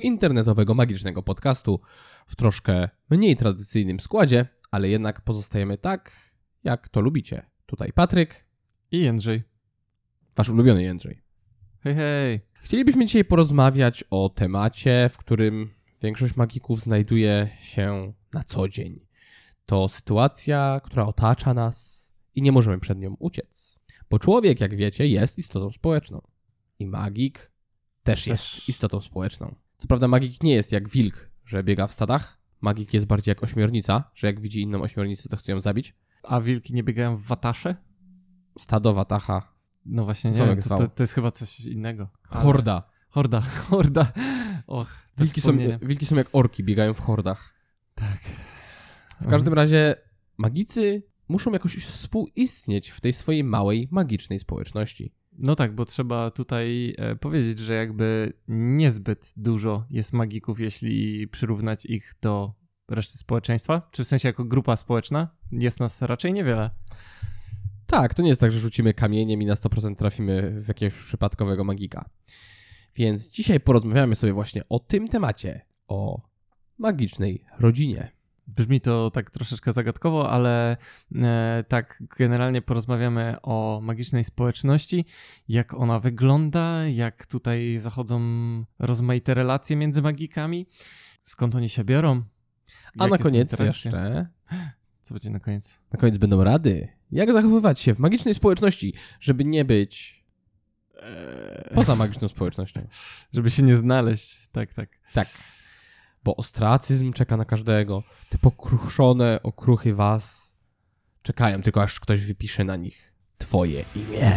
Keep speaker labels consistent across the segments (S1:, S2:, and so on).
S1: internetowego magicznego podcastu w troszkę mniej tradycyjnym składzie, ale jednak pozostajemy tak, jak to lubicie. Tutaj Patryk
S2: i Jędrzej.
S1: Wasz ulubiony Jędrzej.
S2: Hej, hej.
S1: Chcielibyśmy dzisiaj porozmawiać o temacie, w którym większość magików znajduje się na co dzień. To sytuacja, która otacza nas i nie możemy przed nią uciec. Bo człowiek, jak wiecie, jest istotą społeczną. I magik też jest istotą społeczną. Co prawda magik nie jest jak wilk, że biega w stadach. Magik jest bardziej jak ośmiornica, że jak widzi inną ośmiornicę, to chce ją zabić.
S2: A wilki nie biegają w watasze?
S1: Stado, watacha.
S2: No właśnie, nie wiem, to jest chyba coś innego.
S1: Horda.
S2: Horda. Och,
S1: wilki są jak orki, biegają w hordach.
S2: Tak.
S1: W każdym razie magicy muszą jakoś współistnieć w tej swojej małej, magicznej społeczności.
S2: No tak, bo trzeba tutaj powiedzieć, że jakby niezbyt dużo jest magików, jeśli przyrównać ich do reszty społeczeństwa. Czy w sensie jako grupa społeczna? Jest nas raczej niewiele.
S1: Tak, to nie jest tak, że rzucimy kamieniem i na 100% trafimy w jakiegoś przypadkowego magika. Więc dzisiaj porozmawiamy sobie właśnie o tym temacie, o magicznej rodzinie.
S2: Brzmi to tak troszeczkę zagadkowo, ale tak generalnie porozmawiamy o magicznej społeczności, jak ona wygląda, jak tutaj zachodzą rozmaite relacje między magikami, skąd oni się biorą.
S1: A na koniec jeszcze...
S2: Co będzie na koniec?
S1: Na koniec będą rady, jak zachowywać się w magicznej społeczności, żeby nie być poza magiczną społecznością.
S2: Żeby się nie znaleźć, tak.
S1: Bo ostracyzm czeka na każdego. Te pokruszone okruchy was czekają, tylko aż ktoś wypisze na nich twoje imię.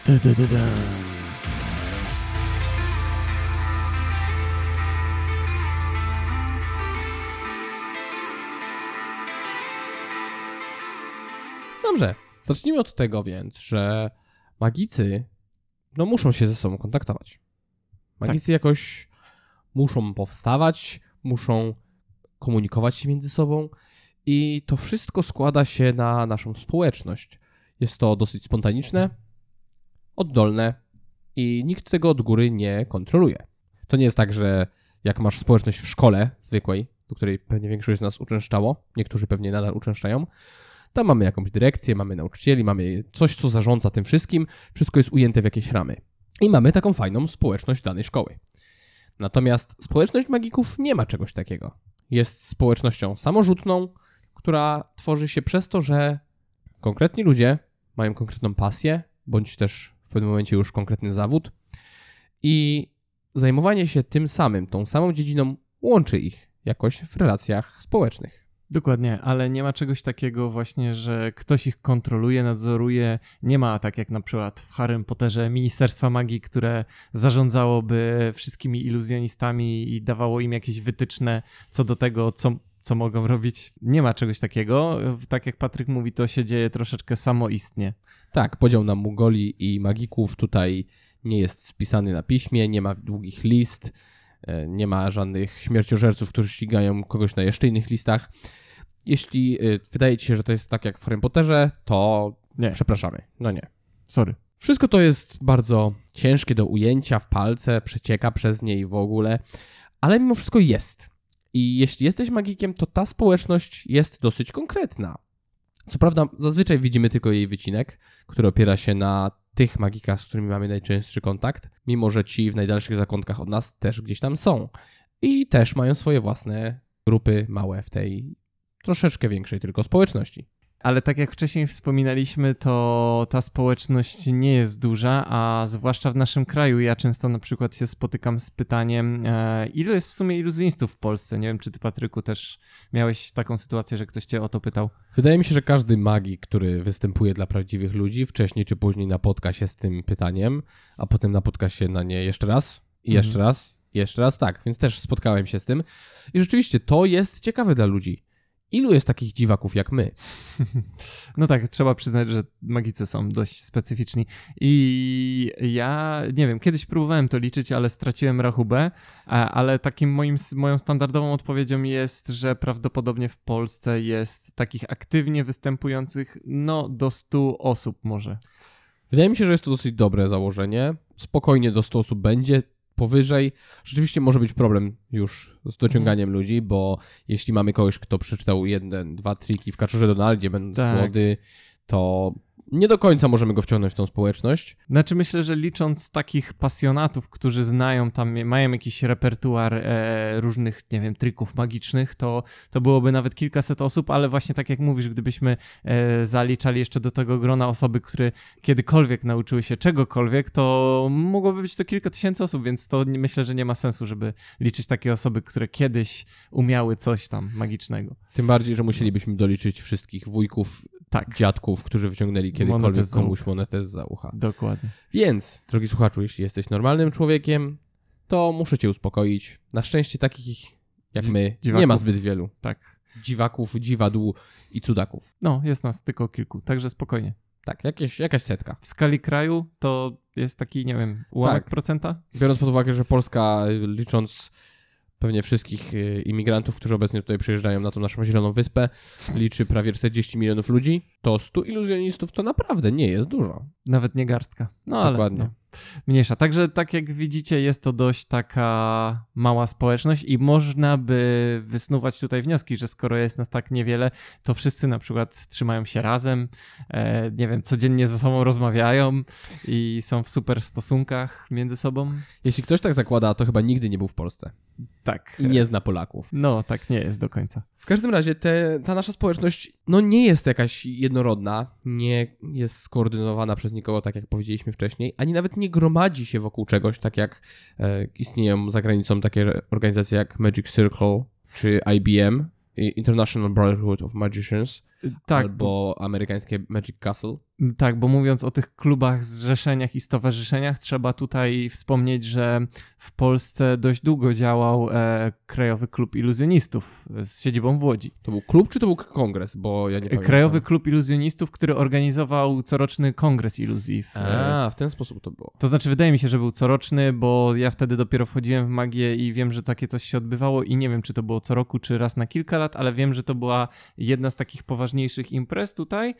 S1: Dobrze, zacznijmy od tego więc, że magicy muszą się ze sobą kontaktować. Magicy jakoś muszą powstawać, muszą komunikować się między sobą i to wszystko składa się na naszą społeczność. Jest to dosyć spontaniczne, oddolne i nikt tego od góry nie kontroluje. To nie jest tak, że jak masz społeczność w szkole zwykłej, do której pewnie większość z nas uczęszczało, niektórzy pewnie nadal uczęszczają, tam mamy jakąś dyrekcję, mamy nauczycieli, mamy coś, co zarządza tym wszystkim, wszystko jest ujęte w jakieś ramy. I mamy taką fajną społeczność danej szkoły. Natomiast społeczność magików nie ma czegoś takiego. Jest społecznością samorzutną, która tworzy się przez to, że konkretni ludzie mają konkretną pasję, bądź też w pewnym momencie już konkretny zawód i zajmowanie się tym samym, tą samą dziedziną łączy ich jakoś w relacjach społecznych.
S2: Dokładnie, ale nie ma czegoś takiego właśnie, że ktoś ich kontroluje, nadzoruje. Nie ma tak jak na przykład w Harrym Potterze Ministerstwa Magii, które zarządzałoby wszystkimi iluzjonistami i dawało im jakieś wytyczne co do tego, co mogą robić. Nie ma czegoś takiego. Tak jak Patryk mówi, to się dzieje troszeczkę samoistnie.
S1: Tak, podział na Mugoli i magików tutaj nie jest spisany na piśmie, nie ma długich list, nie ma żadnych śmierciożerców, którzy ścigają kogoś na jeszcze innych listach. Jeśli wydaje ci się, że to jest tak jak w Harrym Potterze, to
S2: nie.
S1: Przepraszamy. No nie.
S2: Sorry.
S1: Wszystko to jest bardzo ciężkie do ujęcia w palce, przecieka przez nie i w ogóle, ale mimo wszystko jest. I jeśli jesteś magikiem, to ta społeczność jest dosyć konkretna. Co prawda zazwyczaj widzimy tylko jej wycinek, który opiera się na tych magikach, z którymi mamy najczęstszy kontakt, mimo że ci w najdalszych zakątkach od nas też gdzieś tam są. I też mają swoje własne grupy małe w tej troszeczkę większej tylko społeczności.
S2: Ale tak jak wcześniej wspominaliśmy, to ta społeczność nie jest duża, a zwłaszcza w naszym kraju. Ja często na przykład się spotykam z pytaniem, ilu jest w sumie iluzjonistów w Polsce? Nie wiem, czy ty, Patryku, też miałeś taką sytuację, że ktoś cię o to pytał?
S1: Wydaje mi się, że każdy magik, który występuje dla prawdziwych ludzi, wcześniej czy później napotka się z tym pytaniem, a potem napotka się na nie jeszcze raz i jeszcze raz, tak. Więc też spotkałem się z tym. I rzeczywiście to jest ciekawe dla ludzi. Ilu jest takich dziwaków jak my?
S2: No tak, trzeba przyznać, że magicy są dość specyficzni. I ja, nie wiem, kiedyś próbowałem to liczyć, ale straciłem rachubę, ale takim moją standardową odpowiedzią jest, że prawdopodobnie w Polsce jest takich aktywnie występujących, do 100 osób może.
S1: Wydaje mi się, że jest to dosyć dobre założenie. Spokojnie do 100 osób będzie. powyżej. Rzeczywiście może być problem już z dociąganiem ludzi, bo jeśli mamy kogoś, kto przeczytał 1, 2 triki w Kaczorze Donaldzie, będąc młody, to nie do końca możemy go wciągnąć w tą społeczność.
S2: Znaczy myślę, że licząc takich pasjonatów, którzy znają tam, mają jakiś repertuar różnych, nie wiem, trików magicznych, to byłoby nawet kilkaset osób, ale właśnie tak jak mówisz, gdybyśmy zaliczali jeszcze do tego grona osoby, które kiedykolwiek nauczyły się czegokolwiek, to mogłoby być to kilka tysięcy osób, więc to myślę, że nie ma sensu, żeby liczyć takie osoby, które kiedyś umiały coś tam magicznego.
S1: Tym bardziej, że musielibyśmy doliczyć wszystkich wujków, dziadków, którzy wyciągnęli kiedykolwiek komuś monetę zza ucha.
S2: Dokładnie.
S1: Więc, drogi słuchaczu, jeśli jesteś normalnym człowiekiem, to muszę cię uspokoić. Na szczęście takich jak my
S2: dziwaków.
S1: Nie ma zbyt wielu.
S2: Tak.
S1: Dziwaków, dziwadł i cudaków.
S2: No, jest nas tylko kilku, także spokojnie.
S1: Tak, jakaś setka.
S2: W skali kraju to jest taki, nie wiem, ułamek procenta?
S1: Biorąc pod uwagę, że Polska, licząc pewnie wszystkich imigrantów, którzy obecnie tutaj przyjeżdżają na tą naszą zieloną wyspę, liczy prawie 40 milionów ludzi, to 100 iluzjonistów to naprawdę nie jest dużo.
S2: Nawet nie garstka. No
S1: dokładnie.
S2: Ale mniejsza. Także tak jak widzicie, jest to dość taka mała społeczność i można by wysnuwać tutaj wnioski, że skoro jest nas tak niewiele, to wszyscy na przykład trzymają się razem, nie wiem, codziennie ze sobą rozmawiają i są w super stosunkach między sobą.
S1: Jeśli ktoś tak zakłada, to chyba nigdy nie był w Polsce.
S2: Tak.
S1: I nie zna Polaków.
S2: No, tak nie jest do końca.
S1: W każdym razie ta nasza społeczność nie jest jakaś jednorodna, nie jest skoordynowana przez nikogo, tak jak powiedzieliśmy wcześniej, ani nawet nie gromadzi się wokół czegoś, tak jak istnieją za granicą takie organizacje jak Magic Circle czy IBM, International Brotherhood of Magicians,
S2: tak,
S1: albo amerykańskie Magic Castle.
S2: Tak, bo mówiąc o tych klubach, zrzeszeniach i stowarzyszeniach, trzeba tutaj wspomnieć, że w Polsce dość długo działał Krajowy Klub Iluzjonistów z siedzibą w Łodzi.
S1: To był klub czy to był kongres? Bo ja nie pamiętam.
S2: Krajowy Klub Iluzjonistów, który organizował coroczny kongres iluzji.
S1: W ten sposób to było.
S2: To znaczy, wydaje mi się, że był coroczny, bo ja wtedy dopiero wchodziłem w magię i wiem, że takie coś się odbywało i nie wiem, czy to było co roku, czy raz na kilka lat, ale wiem, że to była jedna z takich poważniejszych imprez tutaj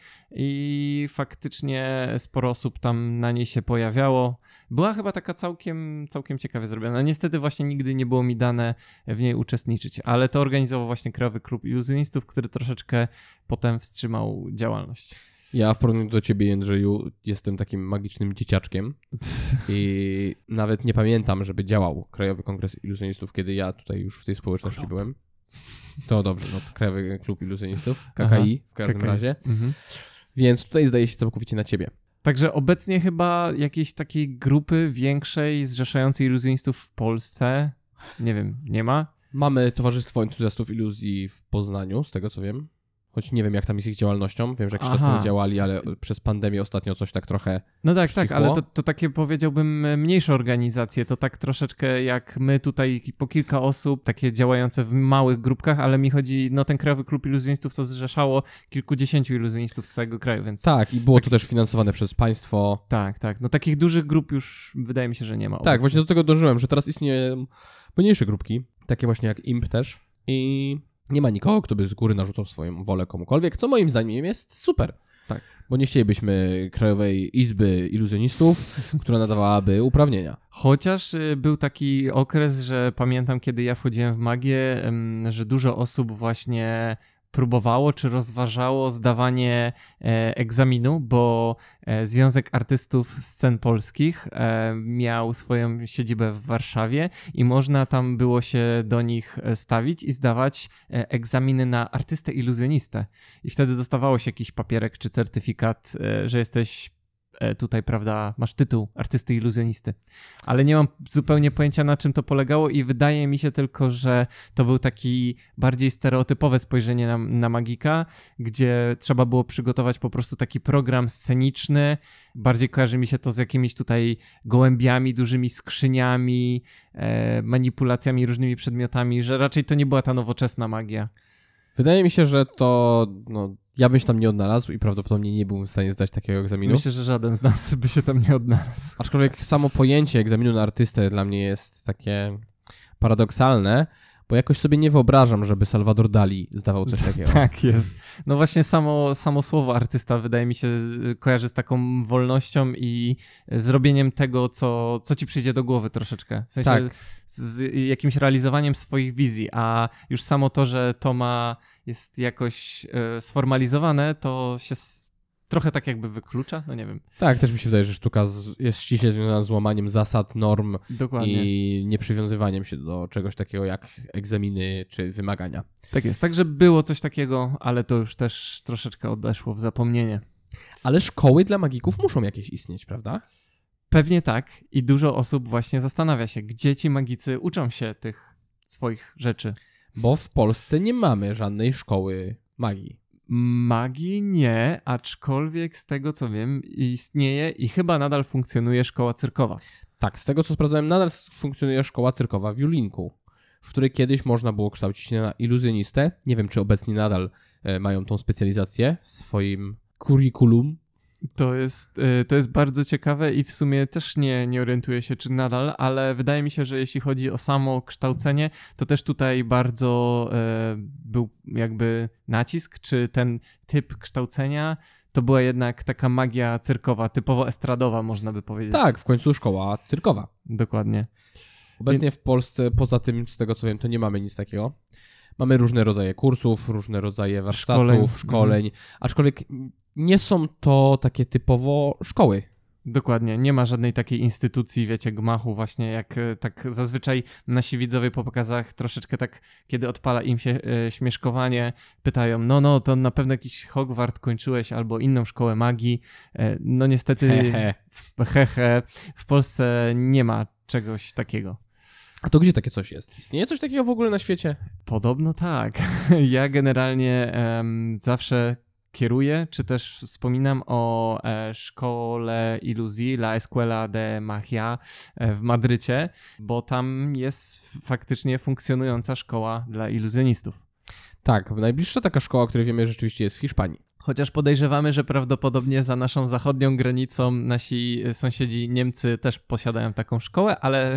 S2: i faktycznie sporo osób tam na niej się pojawiało. Była chyba taka całkiem ciekawie zrobiona. Niestety właśnie nigdy nie było mi dane w niej uczestniczyć, ale to organizował właśnie Krajowy Klub Iluzjonistów, który troszeczkę potem wstrzymał działalność.
S1: Ja w porównaniu do ciebie, Jędrzeju, jestem takim magicznym dzieciaczkiem i nawet nie pamiętam, żeby działał Krajowy Kongres Iluzjonistów, kiedy ja tutaj już w tej społeczności byłem. To dobrze, Krajowy Klub Iluzjonistów, KKI w każdym razie. Mhm. Więc tutaj zdaje się całkowicie na ciebie.
S2: Także obecnie chyba jakiejś takiej grupy większej zrzeszającej iluzjonistów w Polsce, nie wiem, nie ma?
S1: Mamy Towarzystwo Entuzjastów Iluzji w Poznaniu, z tego co wiem. Choć nie wiem, jak tam jest ich działalnością. Wiem, że jakiś czas temu działali, ale przez pandemię ostatnio coś tak trochę
S2: tak, ale to takie powiedziałbym mniejsze organizacje. To tak troszeczkę jak my tutaj po kilka osób, takie działające w małych grupkach, ale mi chodzi, ten Krajowy Klub Iluzjonistów to zrzeszało kilkudziesięciu iluzjonistów z całego kraju, więc...
S1: Tak, i było to też finansowane przez państwo.
S2: Tak. Takich dużych grup już wydaje mi się, że nie ma.
S1: Tak, właśnie do tego dążyłem, że teraz istnieją mniejsze grupki, takie właśnie jak IMP też i... Nie ma nikogo, kto by z góry narzucał swoją wolę komukolwiek, co moim zdaniem jest super.
S2: Tak.
S1: Bo nie chcielibyśmy Krajowej Izby Iluzjonistów, która nadawałaby uprawnienia.
S2: Chociaż był taki okres, że pamiętam, kiedy ja wchodziłem w magię, że dużo osób właśnie próbowało czy rozważało zdawanie egzaminu, bo Związek Artystów Scen Polskich miał swoją siedzibę w Warszawie i można tam było się do nich stawić i zdawać egzaminy na artystę iluzjonistę. I wtedy dostawało się jakiś papierek czy certyfikat, że jesteś tutaj, prawda, masz tytuł artysty iluzjonisty. Ale nie mam zupełnie pojęcia, na czym to polegało i wydaje mi się tylko, że to był taki bardziej stereotypowe spojrzenie na magika, gdzie trzeba było przygotować po prostu taki program sceniczny. Bardziej kojarzy mi się to z jakimiś tutaj gołębiami, dużymi skrzyniami, manipulacjami, różnymi przedmiotami, że raczej to nie była ta nowoczesna magia.
S1: Wydaje mi się, że to ja bym się tam nie odnalazł i prawdopodobnie nie byłbym w stanie zdać takiego egzaminu.
S2: Myślę, że żaden z nas by się tam nie odnalazł.
S1: Aczkolwiek samo pojęcie egzaminu na artystę dla mnie jest takie paradoksalne, Bo jakoś sobie nie wyobrażam, żeby Salvador Dali zdawał coś takiego.
S2: Tak jest. No właśnie samo słowo artysta wydaje mi się kojarzy z taką wolnością i zrobieniem tego, co ci przyjdzie do głowy troszeczkę. W sensie
S1: Tak.
S2: z jakimś realizowaniem swoich wizji, a już samo to, że to jest jakoś sformalizowane, to się trochę tak jakby wyklucza, no nie wiem.
S1: Tak, też mi się wydaje, że sztuka jest ściśle związana z łamaniem zasad, norm
S2: Dokładnie.
S1: i nieprzywiązywaniem się do czegoś takiego jak egzaminy czy wymagania.
S2: Tak jest, także było coś takiego, ale to już też troszeczkę odeszło w zapomnienie.
S1: Ale szkoły dla magików muszą jakieś istnieć, prawda?
S2: Pewnie tak i dużo osób właśnie zastanawia się, gdzie ci magicy uczą się tych swoich rzeczy.
S1: Bo w Polsce nie mamy żadnej szkoły magii.
S2: Magii nie, aczkolwiek z tego co wiem istnieje i chyba nadal funkcjonuje szkoła cyrkowa.
S1: Tak, z tego co sprawdzałem, nadal funkcjonuje szkoła cyrkowa w Julinku, w której kiedyś można było kształcić się na iluzjonistę. Nie wiem, czy obecnie nadal mają tą specjalizację w swoim curriculum.
S2: To jest bardzo ciekawe i w sumie też nie orientuję się, czy nadal, ale wydaje mi się, że jeśli chodzi o samo kształcenie, to też tutaj bardzo był jakby nacisk, czy ten typ kształcenia to była jednak taka magia cyrkowa, typowo estradowa, można by powiedzieć.
S1: Tak, w końcu szkoła cyrkowa.
S2: Dokładnie.
S1: Obecnie w Polsce, poza tym, z tego co wiem, to nie mamy nic takiego. Mamy różne rodzaje kursów, różne rodzaje warsztatów, szkoleń, aczkolwiek nie są to takie typowo szkoły.
S2: Dokładnie, nie ma żadnej takiej instytucji, wiecie, gmachu właśnie, jak tak zazwyczaj nasi widzowie po pokazach troszeczkę tak, kiedy odpala im się śmieszkowanie, pytają, no, to na pewno jakiś Hogwart kończyłeś albo inną szkołę magii. No niestety, w Polsce nie ma czegoś takiego.
S1: A to gdzie takie coś jest? Istnieje coś takiego w ogóle na świecie?
S2: Podobno tak. Ja generalnie zawsze kieruję, czy też wspominam o szkole iluzji La Escuela de Magia w Madrycie, bo tam jest faktycznie funkcjonująca szkoła dla iluzjonistów.
S1: Tak, najbliższa taka szkoła, o której wiemy, rzeczywiście jest w Hiszpanii.
S2: Chociaż podejrzewamy, że prawdopodobnie za naszą zachodnią granicą nasi sąsiedzi Niemcy też posiadają taką szkołę, ale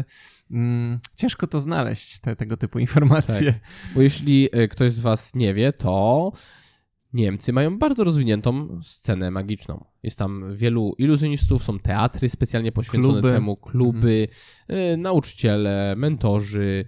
S2: ciężko to znaleźć, tego typu informacje.
S1: Tak. Bo jeśli ktoś z was nie wie, to Niemcy mają bardzo rozwiniętą scenę magiczną. Jest tam wielu iluzjonistów, są teatry specjalnie poświęcone temu, kluby, nauczyciele, mentorzy,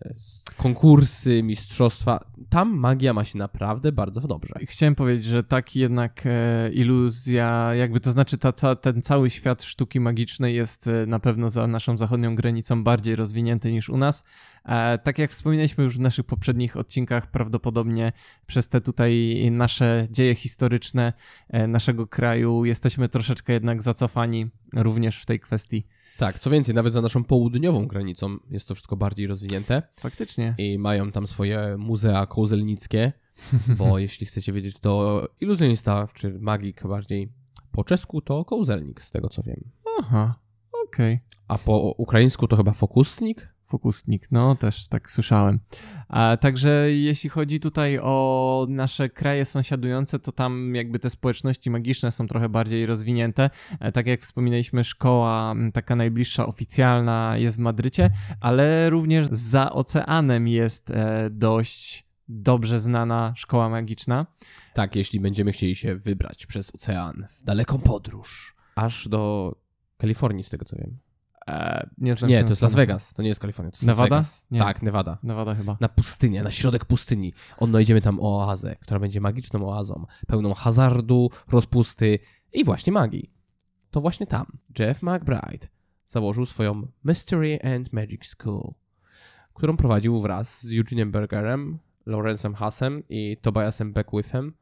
S1: konkursy, mistrzostwa. Tam magia ma się naprawdę bardzo dobrze.
S2: Chciałem powiedzieć, że tak jednak iluzja, jakby to znaczy ten cały świat sztuki magicznej jest na pewno za naszą zachodnią granicą bardziej rozwinięty niż u nas. Tak jak wspominaliśmy już w naszych poprzednich odcinkach, prawdopodobnie przez te tutaj nasze dzieje historyczne naszego kraju jesteśmy troszeczkę jednak zacofani również w tej kwestii.
S1: Tak, co więcej, nawet za naszą południową granicą jest to wszystko bardziej rozwinięte.
S2: Faktycznie.
S1: I mają tam swoje muzea kołzelnickie, bo jeśli chcecie wiedzieć, to iluzjonista czy magik bardziej po czesku to kołzelnik, z tego co wiem.
S2: Aha, okej.
S1: A po ukraińsku to chyba fokusnik?
S2: Fokusnik, no też tak słyszałem. Także jeśli chodzi tutaj o nasze kraje sąsiadujące, to tam jakby te społeczności magiczne są trochę bardziej rozwinięte. Tak jak wspominaliśmy, szkoła taka najbliższa, oficjalna jest w Madrycie, ale również za oceanem jest dość dobrze znana szkoła magiczna.
S1: Tak, jeśli będziemy chcieli się wybrać przez ocean w daleką podróż, aż do Kalifornii, z tego co wiem.
S2: Nie,
S1: to jest Las Vegas, to nie jest Kalifornia, to jest
S2: Nevada?
S1: Las Vegas.
S2: Nie.
S1: Tak, Nevada.
S2: Nevada chyba.
S1: Na pustynię, na środek pustyni. Odnajdziemy tam oazę, która będzie magiczną oazą, pełną hazardu, rozpusty i właśnie magii. To właśnie tam Jeff McBride założył swoją Mystery and Magic School, którą prowadził wraz z Eugene'em Bergerem, Lawrence'em Hassem i Tobiasem Beckwithem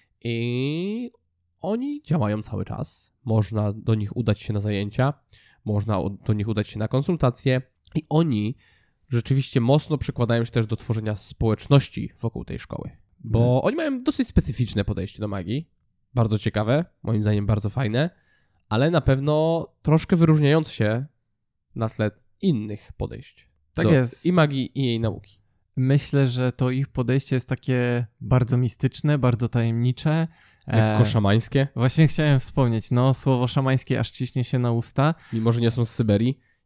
S1: i oni działają cały czas. Można do nich udać się na zajęcia, można do nich udać się na konsultacje i oni rzeczywiście mocno przykładają się też do tworzenia społeczności wokół tej szkoły, bo oni mają dosyć specyficzne podejście do magii, bardzo ciekawe, moim zdaniem bardzo fajne, ale na pewno troszkę wyróżniające się na tle innych podejść.
S2: Tak jest.
S1: I magii, i jej nauki.
S2: Myślę, że to ich podejście jest takie bardzo mistyczne, bardzo tajemnicze.
S1: Lekko szamańskie.
S2: Właśnie chciałem wspomnieć, słowo szamańskie aż ciśnie się na usta.
S1: Mimo, że nie są z Syberii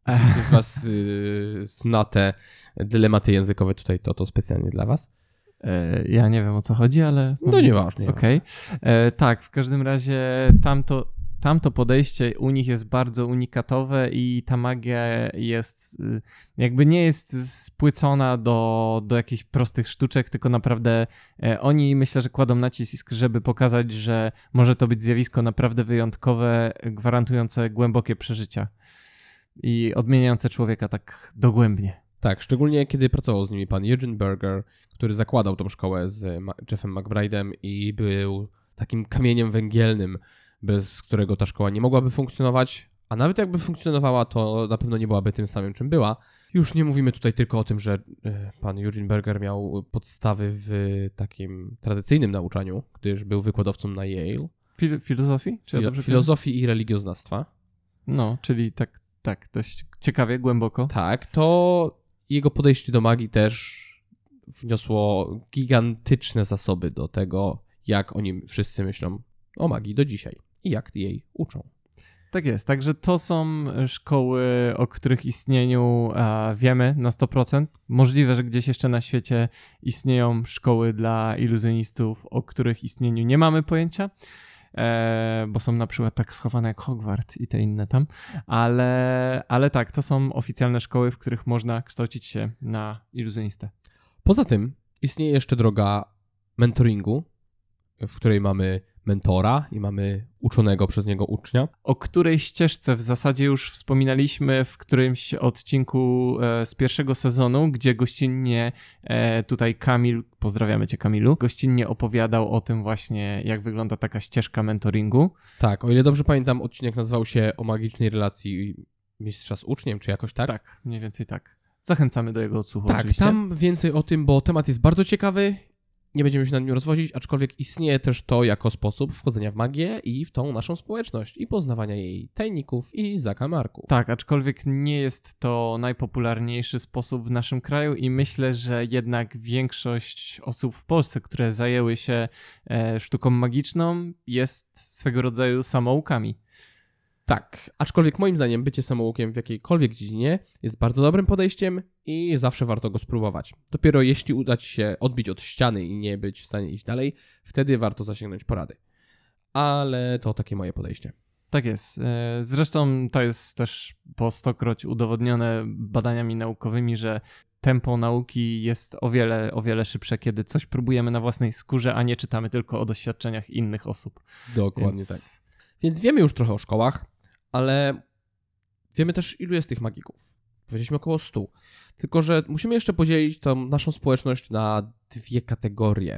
S1: Jeśli ktoś z was zna te dylematy językowe tutaj, to specjalnie dla was.
S2: Ja nie wiem, o co chodzi, ale...
S1: No nieważne.
S2: Okej. Tak, w każdym razie tamto podejście u nich jest bardzo unikatowe i ta magia jest jakby nie jest spłycona do jakichś prostych sztuczek, tylko naprawdę oni myślę, że kładą nacisk, żeby pokazać, że może to być zjawisko naprawdę wyjątkowe, gwarantujące głębokie przeżycia i odmieniające człowieka tak dogłębnie.
S1: Tak, szczególnie kiedy pracował z nimi pan Eugene Berger, który zakładał tą szkołę z Jeffem McBride'em i był takim kamieniem węgielnym, bez którego ta szkoła nie mogłaby funkcjonować, a nawet jakby funkcjonowała, to na pewno nie byłaby tym samym, czym była. Już nie mówimy tutaj tylko o tym, że pan Eugene Berger miał podstawy w takim tradycyjnym nauczaniu, gdyż był wykładowcą na Yale.
S2: Filozofii? Czy ja dobrze
S1: filozofii i religioznawstwa.
S2: No, czyli tak, dość ciekawie, głęboko.
S1: Tak, to jego podejście do magii też wniosło gigantyczne zasoby do tego, jak oni wszyscy myślą o magii do dzisiaj i jak jej uczą.
S2: Tak jest, także to są szkoły, o których istnieniu wiemy na 100%. Możliwe, że gdzieś jeszcze na świecie istnieją szkoły dla iluzjonistów, o których istnieniu nie mamy pojęcia, bo są na przykład tak schowane jak Hogwart i te inne tam, ale tak, to są oficjalne szkoły, w których można kształcić się na iluzjonistę.
S1: Poza tym istnieje jeszcze droga mentoringu, w której mamy mentora i mamy uczonego przez niego ucznia.
S2: O której ścieżce w zasadzie już wspominaliśmy w którymś odcinku z pierwszego sezonu, gdzie gościnnie tutaj Kamil, pozdrawiamy cię Kamilu, gościnnie opowiadał o tym właśnie, jak wygląda taka ścieżka mentoringu.
S1: Tak, o ile dobrze pamiętam, odcinek nazywał się o magicznej relacji mistrza z uczniem, czy jakoś tak?
S2: Tak, mniej więcej tak. Zachęcamy do jego odsłuchu
S1: Tak,
S2: oczywiście.
S1: tam więcej o tym, bo temat jest bardzo ciekawy. Nie będziemy się nad nim rozwodzić, aczkolwiek istnieje też to jako sposób wchodzenia w magię i w tą naszą społeczność i poznawania jej tajników i zakamarków.
S2: Tak, aczkolwiek nie jest to najpopularniejszy sposób w naszym kraju i myślę, że jednak większość osób w Polsce, które zajęły się sztuką magiczną, jest swego rodzaju samoukami.
S1: Tak, aczkolwiek moim zdaniem bycie samoukiem w jakiejkolwiek dziedzinie jest bardzo dobrym podejściem i zawsze warto go spróbować. Dopiero jeśli uda ci się odbić od ściany i nie być w stanie iść dalej, wtedy warto zasięgnąć porady. Ale to takie moje podejście.
S2: Tak jest. Zresztą to jest też po 100-kroć udowodnione badaniami naukowymi, że tempo nauki jest o wiele szybsze, kiedy coś próbujemy na własnej skórze, a nie czytamy tylko o doświadczeniach innych osób.
S1: Dokładnie tak. Więc wiemy już trochę o szkołach, ale wiemy też, ilu jest tych magików. Powiedzieliśmy około 100. Tylko że musimy jeszcze podzielić tą naszą społeczność na dwie kategorie,